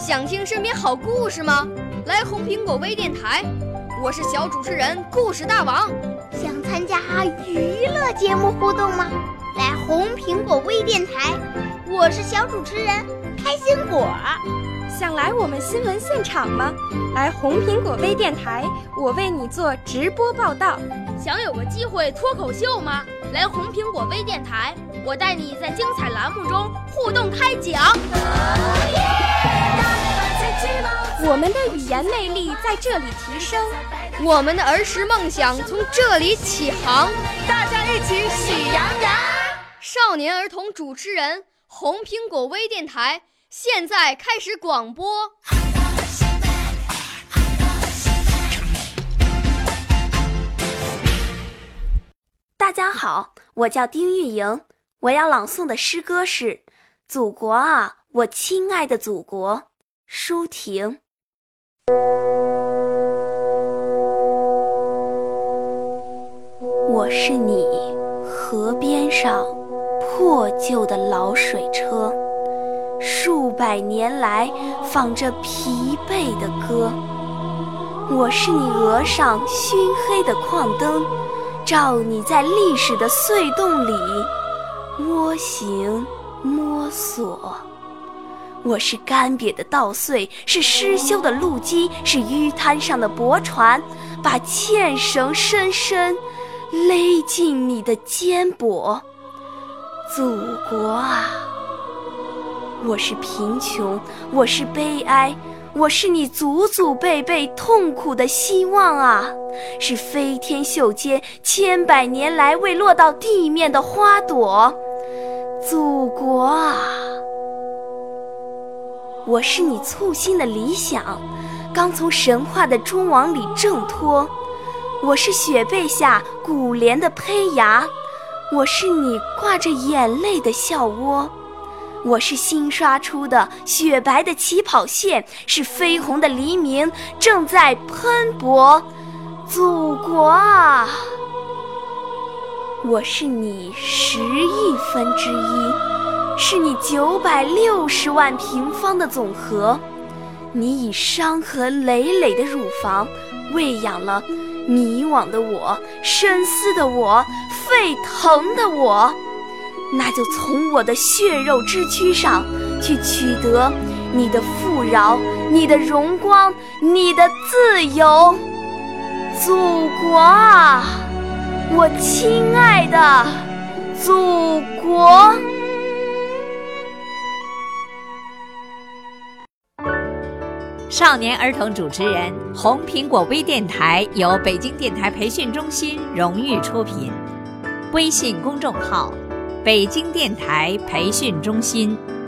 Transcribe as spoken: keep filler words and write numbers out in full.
想听身边好故事吗？来红苹果微电台，我是小主持人故事大王。 想参加娱乐节目互动吗？来红苹果微电台，我是小主持人开心果。 想来我们新闻现场吗？来红苹果微电台，我为你做直播报道。 想有个机会脱口秀吗？来红苹果微电台，我带你在精彩栏目中互动开讲。 我们的语言魅力在这里提升， 我们的儿时梦想从这里起航。 大家一起喜羊羊。 少年儿童主持人，红苹果微电台现在开始广播。 大家好，我叫丁玉莹，我要朗诵的诗歌是《祖国啊，我亲爱的祖国》，舒婷。我是你河边上破旧的老水车，数百年来放着疲惫的歌。我是你额上熏黑的矿灯，照你在历史的隧洞里蜗行摸索。我是干瘪的稻穗，是失修的路基，是淤滩上的驳船，把纤绳深深勒进你的肩膊。祖国啊，我是贫穷，我是悲哀，我是你祖祖辈辈痛苦的希望啊，是飞天袖间千百年来未落到地面的花朵。祖国啊，我是你簇新的理想，刚从神话的蛛网里挣脱。我是雪被下古莲的胚芽，我是你挂着眼泪的笑窝。我是新刷出的雪白的起跑线，是绯红的黎明正在喷薄。祖国啊，我是你十亿分之一，是你九百六十万平方的总和。你以伤痕累累的乳房喂养了迷惘的我，深思的我，沸腾的我。那就从我的血肉之躯上去取得你的富饶，你的荣光，你的自由。祖国啊，我亲爱的祖国。 少年儿童主持人，红苹果微电台由北京电台培训中心荣誉出品，微信公众号北京电台培训中心。